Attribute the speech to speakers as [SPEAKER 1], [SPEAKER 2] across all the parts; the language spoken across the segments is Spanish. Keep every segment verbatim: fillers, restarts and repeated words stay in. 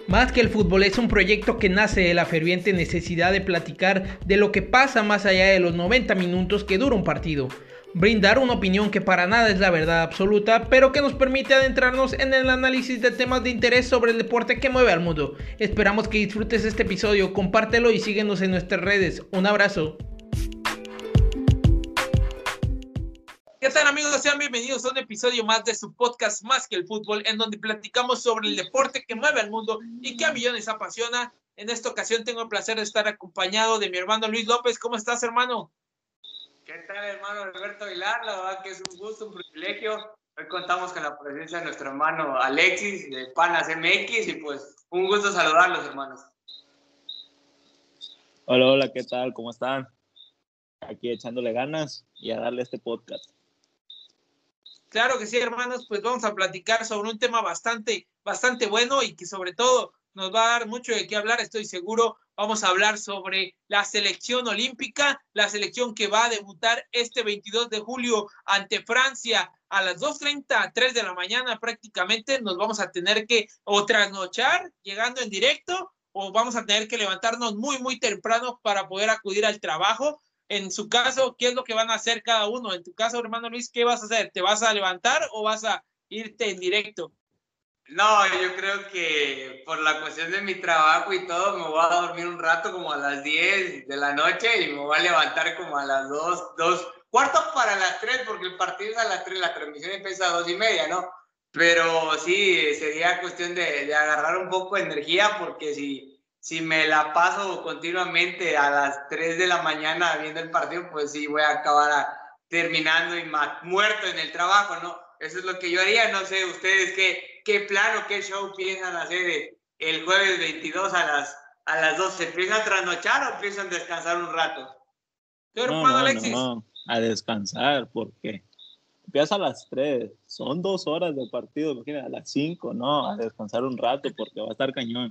[SPEAKER 1] Más que el fútbol es un proyecto que nace de la ferviente necesidad de platicar de lo que pasa más allá de los noventa minutos que dura un partido. Brindar una opinión que para nada es la verdad absoluta, pero que nos permite adentrarnos en el análisis de temas de interés sobre el deporte que mueve al mundo. Esperamos que disfrutes este episodio, compártelo y síguenos en nuestras redes. Un abrazo. ¿Qué tal, amigos? Sean bienvenidos a un episodio más de su podcast Más que el Fútbol, en donde platicamos sobre el deporte que mueve al mundo y que a millones apasiona. En esta ocasión tengo el placer de estar acompañado de mi hermano Luis López. ¿Cómo estás, hermano?
[SPEAKER 2] ¿Qué tal, hermano Alberto Aguilar? La verdad que es un gusto, un privilegio. Hoy contamos con la presencia de nuestro hermano Alexis de Panas M X y pues un gusto saludarlos, hermanos.
[SPEAKER 3] Hola, hola, ¿qué tal? ¿Cómo están? Aquí echándole ganas y a darle este podcast.
[SPEAKER 1] Claro que sí, hermanos, pues vamos a platicar sobre un tema bastante, bastante bueno y que sobre todo nos va a dar mucho de qué hablar, estoy seguro. Vamos a hablar sobre la selección olímpica, la selección que va a debutar este veintidós de julio ante Francia a las dos treinta, tres de la mañana prácticamente. Nos vamos a tener que o trasnochar llegando en directo o vamos a tener que levantarnos muy, muy temprano para poder acudir al trabajo. En su caso, ¿qué es lo que van a hacer cada uno? En tu caso, hermano Luis, ¿qué vas a hacer? ¿Te vas a levantar o vas a irte en directo?
[SPEAKER 2] No, yo creo que por la cuestión de mi trabajo y todo, me voy a dormir un rato como a las diez de la noche y me voy a levantar como a las dos, dos, cuarto para las tres, porque el partido es a las tres, la transmisión empieza a dos y media, ¿no? Pero sí, sería cuestión de, de agarrar un poco de energía, porque si... si me la paso continuamente a las tres de la mañana viendo el partido, pues sí voy a acabar a, terminando y más, muerto en el trabajo, ¿no? Eso es lo que yo haría. No sé ustedes qué, qué plan o qué show piensan hacer el jueves veintidós a las, a las doce. ¿Piensan trasnochar o piensan descansar un rato?
[SPEAKER 1] ¿Tu
[SPEAKER 3] No,
[SPEAKER 1] hermano
[SPEAKER 3] no,
[SPEAKER 1] Alexis?
[SPEAKER 3] no, a descansar, porque empieza a las tres, son dos horas de partido, imagínate, a las cinco, no, a descansar un rato porque va a estar cañón.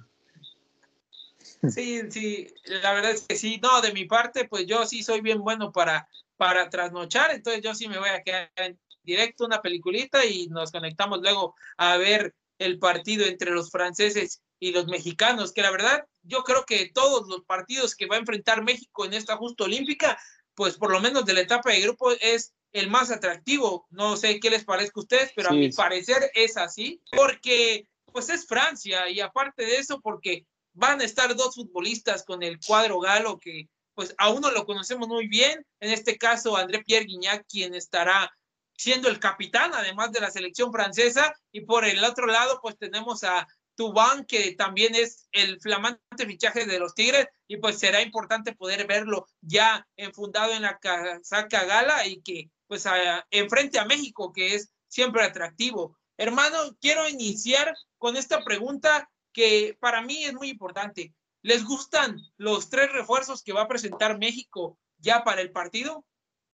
[SPEAKER 1] Sí, sí, la verdad es que sí. No, de mi parte, pues yo sí soy bien bueno para, para trasnochar, entonces yo sí me voy a quedar en directo una peliculita y nos conectamos luego a ver el partido entre los franceses y los mexicanos, que la verdad yo creo que todos los partidos que va a enfrentar México en esta justa olímpica, pues por lo menos de la etapa de grupo es el más atractivo. No sé qué les parezca a ustedes, pero
[SPEAKER 3] Sí,
[SPEAKER 1] a mi
[SPEAKER 3] sí.
[SPEAKER 1] parecer es así, porque pues es Francia y aparte de eso, porque van a estar dos futbolistas con el cuadro galo que pues a uno lo conocemos muy bien, en este caso André Pierre Gignac, quien estará siendo el capitán además de la selección francesa, y por el otro lado pues tenemos a Thauvin, que también es el flamante fichaje de los Tigres, y pues será importante poder verlo ya enfundado en la casaca gala y que pues a, enfrente a México, que es siempre atractivo. Hermano, quiero iniciar con esta pregunta que para mí es muy importante. ¿Les gustan los tres refuerzos que va a presentar México ya para el partido?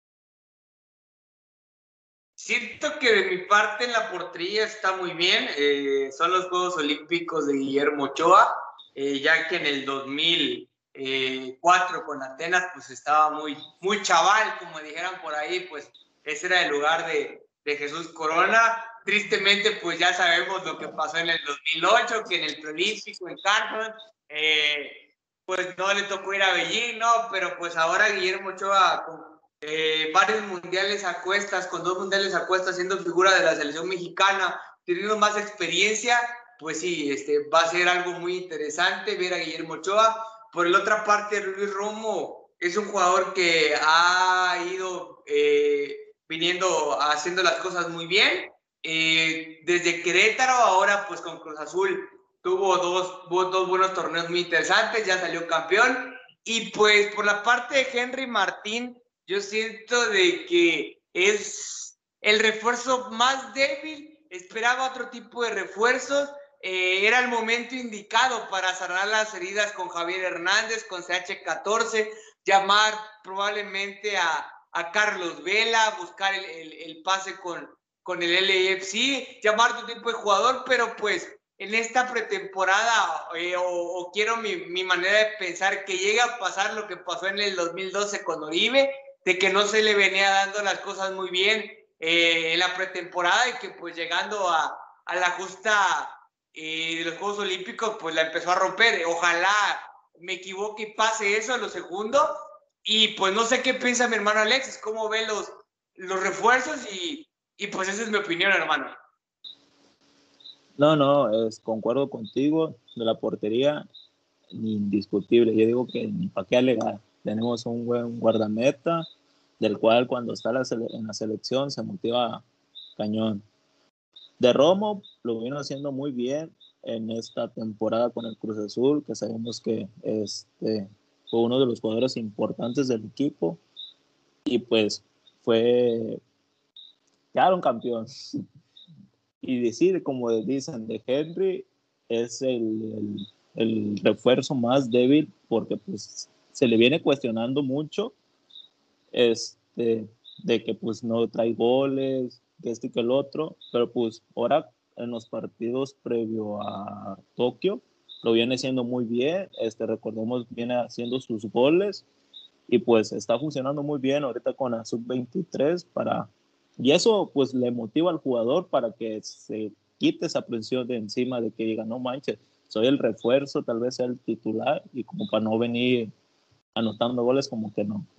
[SPEAKER 2] Siento que de mi parte en la portería está muy bien. Eh, son los Juegos Olímpicos de Guillermo Ochoa, eh, ya que en el dos mil cuatro con Atenas pues estaba muy, muy chaval, como dijeran por ahí, pues ese era el lugar de, de Jesús Corona. Tristemente pues ya sabemos lo que pasó en el dos mil ocho, que en el preolímpico en Carson, eh, pues no le tocó ir a Beijing, ¿no? Pero pues ahora Guillermo Ochoa con Eh, varios mundiales a cuestas, con dos mundiales a cuestas, siendo figura de la selección mexicana, teniendo más experiencia, pues sí, este, va a ser algo muy interesante ver a Guillermo Ochoa. Por la otra parte, Luis Romo es un jugador que ha ido eh, viniendo, haciendo las cosas muy bien. Eh, desde Querétaro, ahora pues con Cruz Azul, tuvo dos, dos buenos torneos muy interesantes, ya salió campeón. Y pues por la parte de Henry Martín, yo siento de que es el refuerzo más débil. Esperaba otro tipo de refuerzos. Eh, era el momento indicado para cerrar las heridas con Javier Hernández, con C H catorce, llamar probablemente a, a Carlos Vela, buscar el, el, el pase con, con el L A F C, llamar otro tipo de jugador, pero pues en esta pretemporada, eh, o, o quiero mi, mi manera de pensar, que llega a pasar lo que pasó en el dos mil doce con Oribe, de que no se le venía dando las cosas muy bien eh, en la pretemporada y que pues llegando a, a la justa eh, de los Juegos Olímpicos, pues la empezó a romper. Ojalá me equivoque y pase eso a lo segundo. Y pues no sé qué piensa mi hermano Alexis, cómo ve los, los refuerzos y, y pues esa es mi opinión, hermano.
[SPEAKER 3] No, no, es, concuerdo contigo, de la portería, indiscutible. Yo digo que ni para qué alegar. Tenemos un buen guardameta, del cual cuando está la sele- en la selección se motiva cañón. De Romo lo vino haciendo muy bien en esta temporada con el Cruz Azul, que sabemos que este, fue uno de los jugadores importantes del equipo y pues fue, quedaron campeón. Y decir, como dicen, de Henry es el, el, el refuerzo más débil porque pues se le viene cuestionando mucho este, de que pues no trae goles, que este y que el otro, pero pues ahora en los partidos previo a Tokio lo viene haciendo muy bien, este, recordemos, viene haciendo sus goles y pues está funcionando muy bien ahorita con la sub veintitrés para, y eso pues le motiva al jugador para que se quite esa presión de encima de que diga, no manches, soy el refuerzo, tal vez sea el titular y como para no venir anotando goles como que no.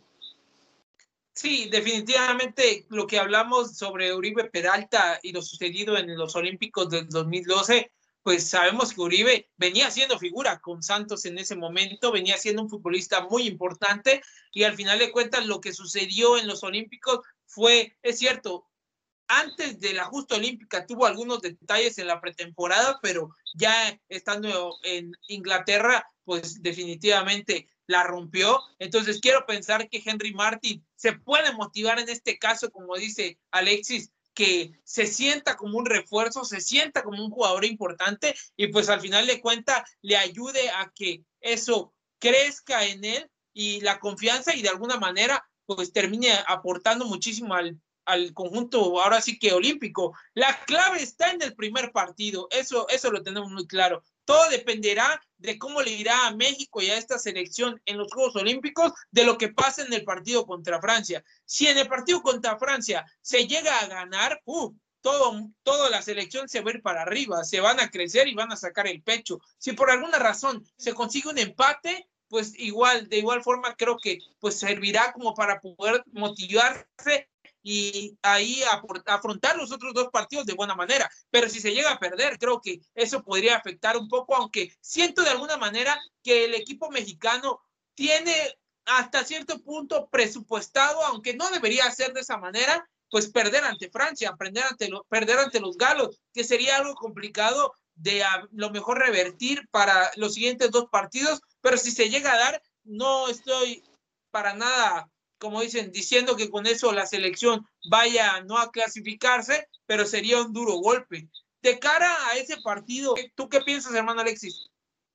[SPEAKER 1] Sí, definitivamente lo que hablamos sobre Uribe Peralta y lo sucedido en los Olímpicos del dos mil doce, pues sabemos que Uribe venía siendo figura con Santos en ese momento, venía siendo un futbolista muy importante y al final de cuentas lo que sucedió en los Olímpicos fue, es cierto, antes de la justa olímpica tuvo algunos detalles en la pretemporada, pero ya estando en Inglaterra, pues definitivamente la rompió. Entonces quiero pensar que Henry Martin se puede motivar en este caso, como dice Alexis, que se sienta como un refuerzo, se sienta como un jugador importante y pues al final de cuentas le ayude a que eso crezca en él y la confianza y de alguna manera pues termine aportando muchísimo al al conjunto ahora sí que olímpico. La clave está en el primer partido, eso, eso lo tenemos muy claro. Todo dependerá de cómo le irá a México y a esta selección en los Juegos Olímpicos, de lo que pasa en el partido contra Francia. Si en el partido contra Francia se llega a ganar, uh, todo, toda la selección se va a ir para arriba, se van a crecer y van a sacar el pecho. Si por alguna razón se consigue un empate, pues igual, de igual forma creo que pues servirá como para poder motivarse y ahí afrontar los otros dos partidos de buena manera. Pero si se llega a perder, creo que eso podría afectar un poco, aunque siento de alguna manera que el equipo mexicano tiene hasta cierto punto presupuestado, aunque no debería ser de esa manera, pues perder ante Francia, perder ante, lo, perder ante los galos, que sería algo complicado de a lo mejor revertir para los siguientes dos partidos, pero si se llega a dar, no estoy para nada, como dicen, diciendo que con eso la selección vaya no a clasificarse, pero sería un duro golpe. De cara a ese partido, ¿tú qué piensas, hermano Alexis?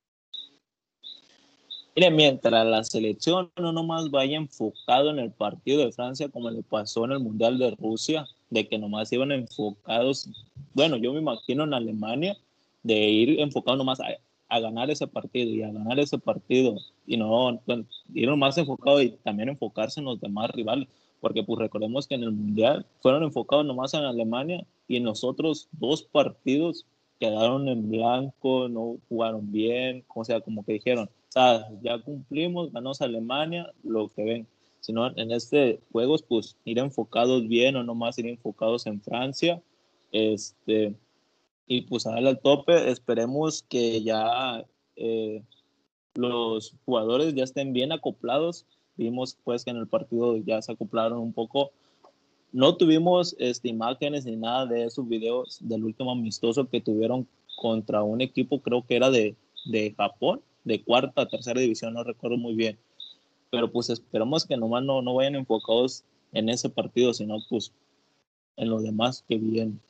[SPEAKER 3] Mire, mientras la selección no nomás vaya enfocado en el partido de Francia como le pasó en el Mundial de Rusia, de que nomás iban enfocados, bueno, yo me imagino en Alemania, de ir enfocado nomás a, a ganar ese partido y a ganar ese partido, y no, bueno, ir nomás enfocado y también enfocarse en los demás rivales, porque pues recordemos que en el Mundial fueron enfocados nomás en Alemania y en los otros dos partidos quedaron en blanco, no jugaron bien, o sea, como que dijeron, o sea, ya cumplimos, ganamos a Alemania, lo que ven. Sino en este juegos, pues ir enfocados bien o nomás ir enfocados en Francia. Este, y pues a darle al tope, esperemos que ya eh, los jugadores ya estén bien acoplados. Vimos pues que en el partido ya se acoplaron un poco. No tuvimos este, imágenes ni nada de esos videos del último amistoso que tuvieron contra un equipo, creo que era de, de Japón, de cuarta, tercera división, no recuerdo muy bien. Pero pues esperamos que nomás no, no vayan enfocados en ese partido, sino pues en los demás que vienen.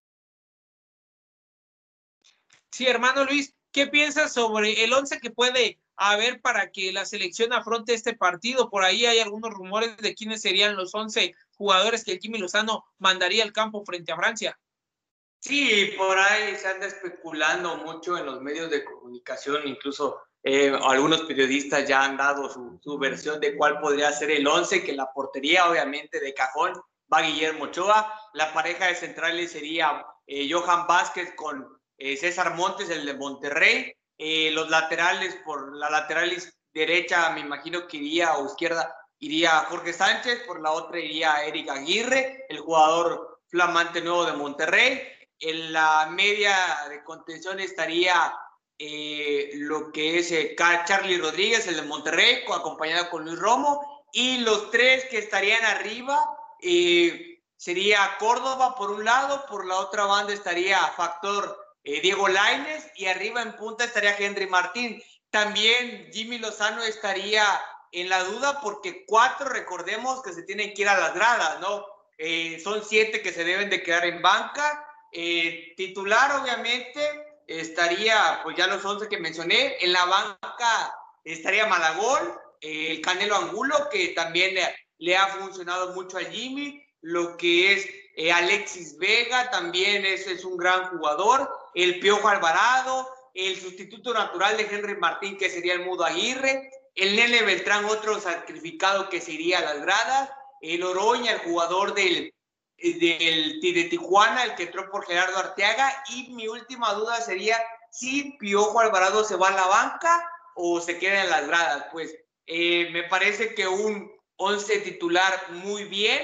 [SPEAKER 1] Sí, hermano Luis, ¿qué piensas sobre el once que puede haber para que la selección afronte este partido? Por ahí hay algunos rumores de quiénes serían los once jugadores que el Jimmy Lozano mandaría al campo frente a Francia.
[SPEAKER 2] Sí, por ahí se anda especulando mucho en los medios de comunicación, incluso eh, algunos periodistas ya han dado su, su versión de cuál podría ser el once, que la portería obviamente de cajón va Guillermo Ochoa, la pareja de centrales sería eh, Johan Vázquez con eh, César Montes, el de Monterrey. Eh, los laterales, por la lateral derecha, me imagino que iría, o izquierda, iría Jorge Sánchez, por la otra iría Eric Aguirre, el jugador flamante nuevo de Monterrey. En la media de contención estaría eh, lo que es eh, Charlie Rodríguez, el de Monterrey, acompañado con Luis Romo. Y los tres que estarían arriba eh, sería Córdoba por un lado, por la otra banda estaría Factor eh, Diego Lainez, y arriba en punta estaría Henry Martín. También Jimmy Lozano estaría en la duda porque cuatro, recordemos que se tienen que ir a las gradas, ¿no? Eh, son siete que se deben de quedar en banca. Eh, titular, obviamente, estaría, pues ya los once que mencioné. En la banca estaría Malagón, eh, el Canelo Angulo, que también le, le ha funcionado mucho a Jimmy. Lo que es eh, Alexis Vega, también es, es un gran jugador. El Piojo Alvarado, el sustituto natural de Henry Martín, que sería el Mudo Aguirre. El Nene Beltrán, otro sacrificado que se iría a las gradas. El Oroña, el jugador del, del, de Tijuana, el que entró por Gerardo Arteaga. Y mi última duda sería si Piojo Alvarado se va a la banca o se queda en las gradas. Pues eh, me parece que un once titular muy bien,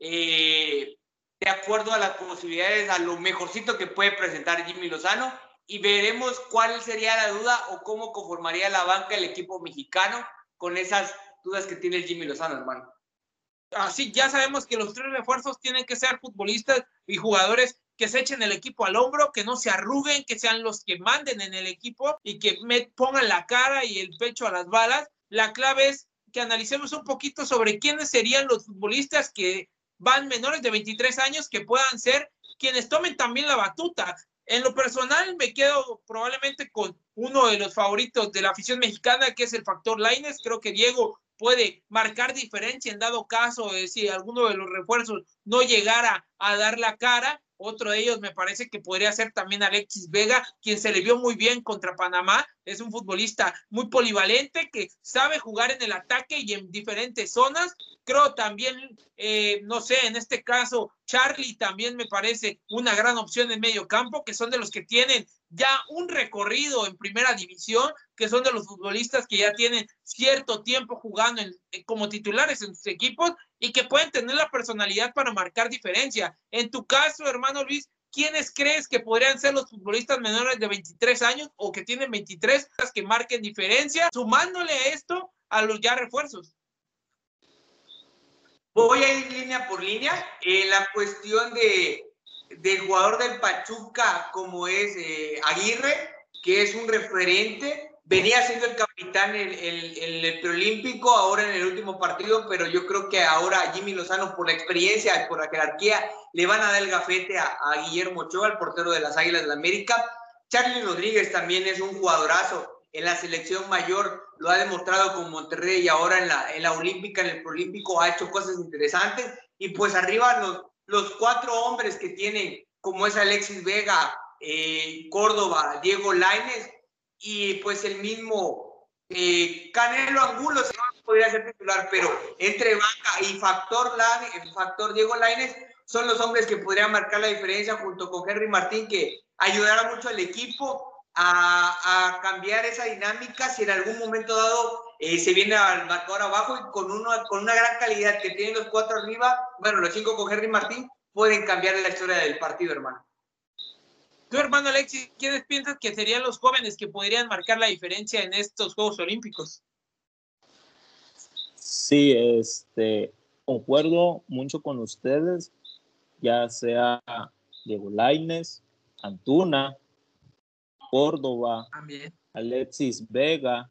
[SPEAKER 2] eh, de acuerdo a las posibilidades, a lo mejorcito que puede presentar Jimmy Lozano. Y veremos cuál sería la duda o cómo conformaría la banca el equipo mexicano con esas dudas que tiene el Jimmy Lozano, hermano.
[SPEAKER 1] Así ya sabemos que los tres refuerzos tienen que ser futbolistas y jugadores que se echen el equipo al hombro, que no se arruguen, que sean los que manden en el equipo y que me pongan la cara y el pecho a las balas. La clave es que analicemos un poquito sobre quiénes serían los futbolistas que van menores de veintitrés años, que puedan ser quienes tomen también la batuta. En lo personal me quedo probablemente con uno de los favoritos de la afición mexicana, que es el Factor Lainez. Creo que Diego puede marcar diferencia en dado caso de si alguno de los refuerzos no llegara a dar la cara. Otro de ellos me parece que podría ser también Alexis Vega, quien se le vio muy bien contra Panamá. Es un futbolista muy polivalente que sabe jugar en el ataque y en diferentes zonas. Creo también, eh, no sé, en este caso, Charlie también me parece una gran opción en medio campo, que son de los que tienen ya un recorrido en primera división, que son de los futbolistas que ya tienen cierto tiempo jugando en, como titulares en sus equipos y que pueden tener la personalidad para marcar diferencia. En tu caso, hermano Luis, ¿quiénes crees que podrían ser los futbolistas menores de veintitrés años o que tienen veintitrés que marquen diferencia, sumándole esto a los ya refuerzos?
[SPEAKER 2] Voy a ir línea por línea. Eh, la cuestión de, del jugador del Pachuca, como es eh, Aguirre, que es un referente, venía siendo el capitán en, en, en el preolímpico, ahora en el último partido, pero yo creo que ahora Jimmy Lozano, por la experiencia y por la jerarquía, le van a dar el gafete a, a Guillermo Ochoa, el portero de las Águilas del América. Charlie Rodríguez también es un jugadorazo. En la selección mayor lo ha demostrado con Monterrey y ahora en la, en la olímpica, en el preolímpico, ha hecho cosas interesantes. Y pues arriba los, los cuatro hombres que tienen, como es Alexis Vega, eh, Córdoba, Diego Lainez y pues el mismo eh, Canelo Angulo, si no podría ser titular, pero entre banca y factor, el factor Diego Lainez son los hombres que podrían marcar la diferencia junto con Henry Martín, que ayudará mucho al equipo A, a cambiar esa dinámica si en algún momento dado eh, se viene al marcador abajo, y con, uno, con una gran calidad que tienen los cuatro arriba, bueno, los cinco con Henry Martín, pueden cambiar la historia del partido, hermano.
[SPEAKER 1] Tú, hermano Alexis, ¿quiénes piensas que serían los jóvenes que podrían marcar la diferencia en estos Juegos Olímpicos?
[SPEAKER 3] Sí, este, concuerdo mucho con ustedes, ya sea Diego Lainez, Antuna, Córdoba,
[SPEAKER 1] También.
[SPEAKER 3] Alexis Vega.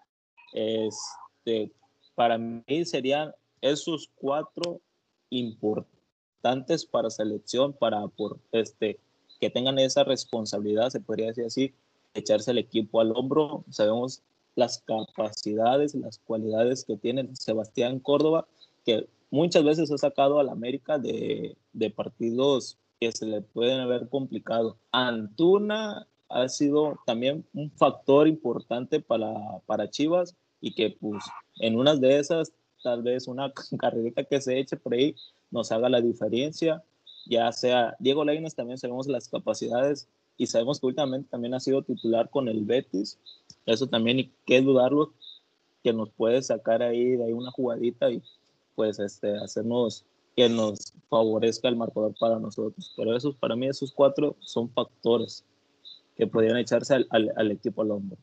[SPEAKER 3] Este, para mí serían esos cuatro importantes para selección, para por, este, que tengan esa responsabilidad, se podría decir así, echarse el equipo al hombro. Sabemos las capacidades, las cualidades que tiene Sebastián Córdoba, que muchas veces ha sacado al América de, de partidos que se le pueden haber complicado. Antuna ha sido también un factor importante para, para Chivas, y que pues en unas de esas, tal vez una carrerita que se eche por ahí, nos haga la diferencia. Ya sea Diego Lainez, también sabemos las capacidades y sabemos que últimamente también ha sido titular con el Betis. Eso también, y qué dudarlo, que nos puede sacar ahí de ahí una jugadita y pues este, hacernos que nos favorezca el marcador para nosotros. Pero esos, para mí esos cuatro son factores que podrían echarse al, al, al equipo al hombro.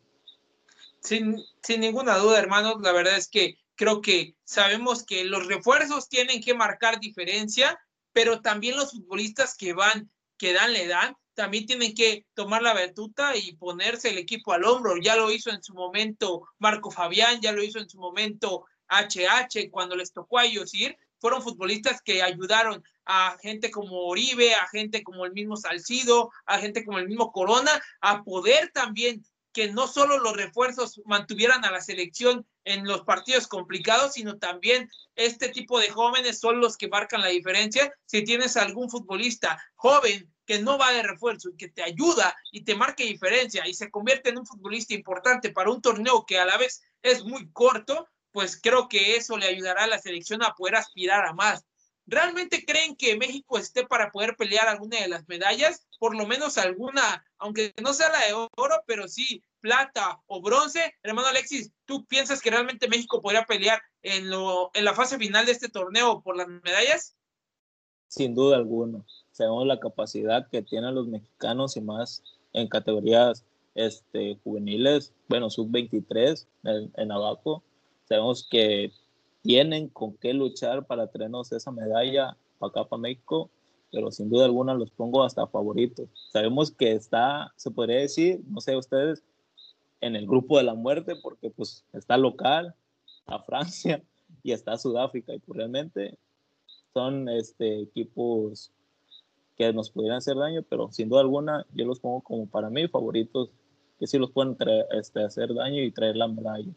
[SPEAKER 1] Sin, sin ninguna duda, hermanos, la verdad es que creo que sabemos que los refuerzos tienen que marcar diferencia, pero también los futbolistas que van, que dan, le dan, también tienen que tomar la batuta y ponerse el equipo al hombro. Ya lo hizo en su momento Marco Fabián, ya lo hizo en su momento H H, cuando les tocó a ellos ir. Fueron futbolistas que ayudaron a gente como Oribe, a gente como el mismo Salcido, a gente como el mismo Corona, a poder también que no solo los refuerzos mantuvieran a la selección en los partidos complicados, sino también este tipo de jóvenes son los que marcan la diferencia. Si tienes algún futbolista joven que no va de refuerzo y que te ayuda y te marque diferencia y se convierte en un futbolista importante para un torneo que a la vez es muy corto, pues creo que eso le ayudará a la selección a poder aspirar a más. ¿Realmente creen que México esté para poder pelear alguna de las medallas? Por lo menos alguna, aunque no sea la de oro, pero sí plata o bronce. Hermano Alexis, ¿tú piensas que realmente México podría pelear en, lo, en la fase final de este torneo por las medallas?
[SPEAKER 3] Sin duda alguna. Sabemos la capacidad que tienen los mexicanos y más en categorías este, juveniles, bueno, sub veintitrés en, en abajo. Sabemos que tienen con qué luchar para traernos esa medalla para acá, para México, pero sin duda alguna los pongo hasta favoritos. Sabemos que está, se podría decir, no sé ustedes, en el grupo de la muerte, porque pues está local, a Francia y está Sudáfrica, y pues realmente son este, equipos que nos pudieran hacer daño, pero sin duda alguna yo los pongo como para mí favoritos, que sí los pueden traer, este, hacer daño y traer la medalla.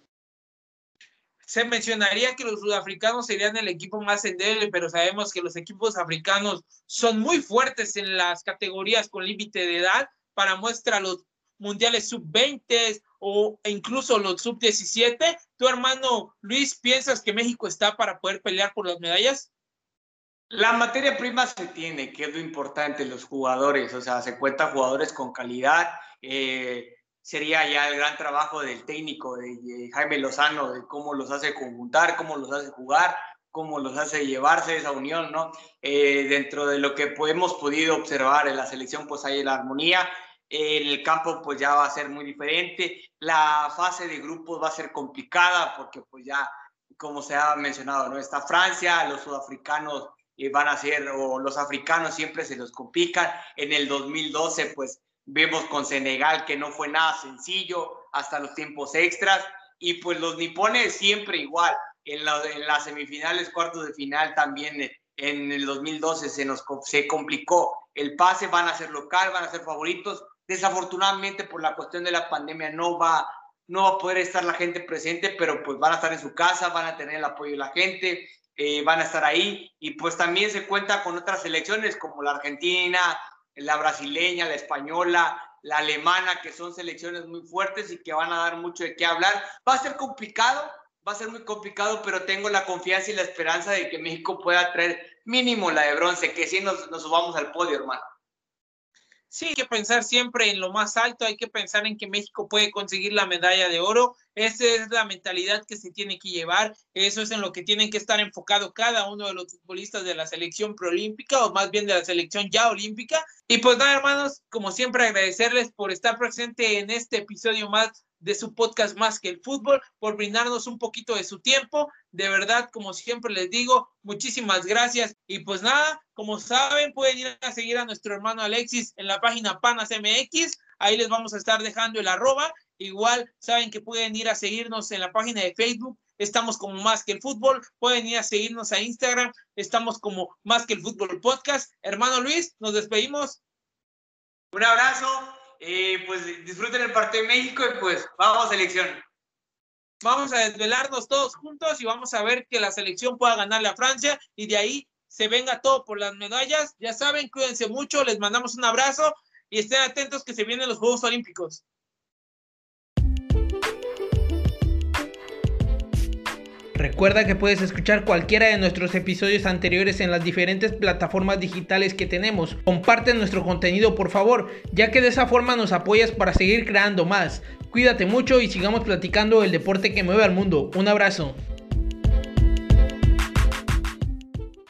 [SPEAKER 1] Se mencionaría que los sudafricanos serían el equipo más endeble, pero sabemos que los equipos africanos son muy fuertes en las categorías con límite de edad. Para muestra los mundiales sub veinte o incluso los sub diecisiete. ¿Tu hermano Luis, piensas que México está para poder pelear por las medallas?
[SPEAKER 2] La materia prima se tiene, que es lo importante, los jugadores, o sea, se cuentan jugadores con calidad. Eh, sería ya el gran trabajo del técnico, de, de Jaime Lozano, de cómo los hace conjuntar, cómo los hace jugar, cómo los hace llevarse esa unión, ¿no? Eh, dentro de lo que hemos podido observar en la selección, pues hay la armonía. En el campo, pues ya va a ser muy diferente. La fase de grupos va a ser complicada porque, pues ya, como se ha mencionado, ¿no? Está Francia, los sudafricanos van a ser, o los africanos siempre se los complican. En el dos mil doce, pues, vemos con Senegal que no fue nada sencillo hasta los tiempos extras, y pues los nipones siempre igual. En, la, en las semifinales, cuartos de final también en el dos mil doce se nos se complicó el pase, van a ser local, van a ser favoritos. Desafortunadamente por la cuestión de la pandemia no va, no va a poder estar la gente presente, pero pues van a estar en su casa, van a tener el apoyo de la gente, eh, van a estar ahí, y pues también se cuenta con otras selecciones como la argentina, la brasileña, la española, la alemana, que son selecciones muy fuertes y que van a dar mucho de qué hablar. Va a ser complicado, va a ser muy complicado, pero tengo la confianza y la esperanza de que México pueda traer mínimo la de bronce, que sí nos, nos subamos al podio, hermano.
[SPEAKER 1] Sí, hay que pensar siempre en lo más alto, hay que pensar en que México puede conseguir la medalla de oro. Esa es la mentalidad que se tiene que llevar, eso es en lo que tienen que estar enfocado cada uno de los futbolistas de la selección preolímpica, o más bien de la selección ya olímpica. Y pues nada, hermanos, como siempre agradecerles por estar presente en este episodio más de su podcast Más que el Fútbol, por brindarnos un poquito de su tiempo. De verdad, como siempre les digo, muchísimas gracias. Y pues nada, como saben, pueden ir a seguir a nuestro hermano Alexis en la página Panas M X. Ahí les vamos a estar dejando el arroba. Igual saben que pueden ir a seguirnos en la página de Facebook. Estamos como Más que el Fútbol. Pueden ir a seguirnos a Instagram. Estamos como Más que el Fútbol Podcast. Hermano Luis, nos despedimos.
[SPEAKER 2] Un abrazo. Eh, pues disfruten el partido de México y pues vamos a selección.
[SPEAKER 1] Vamos a desvelarnos todos juntos y vamos a ver que la selección pueda ganarle a Francia y de ahí se venga todo por las medallas. Ya saben, cuídense mucho, les mandamos un abrazo y estén atentos que se vienen los Juegos Olímpicos.
[SPEAKER 4] Recuerda que puedes escuchar cualquiera de nuestros episodios anteriores en las diferentes plataformas digitales que tenemos. Comparte nuestro contenido por favor, ya que de esa forma nos apoyas para seguir creando más. Cuídate mucho y sigamos platicando del deporte que mueve al mundo. Un abrazo.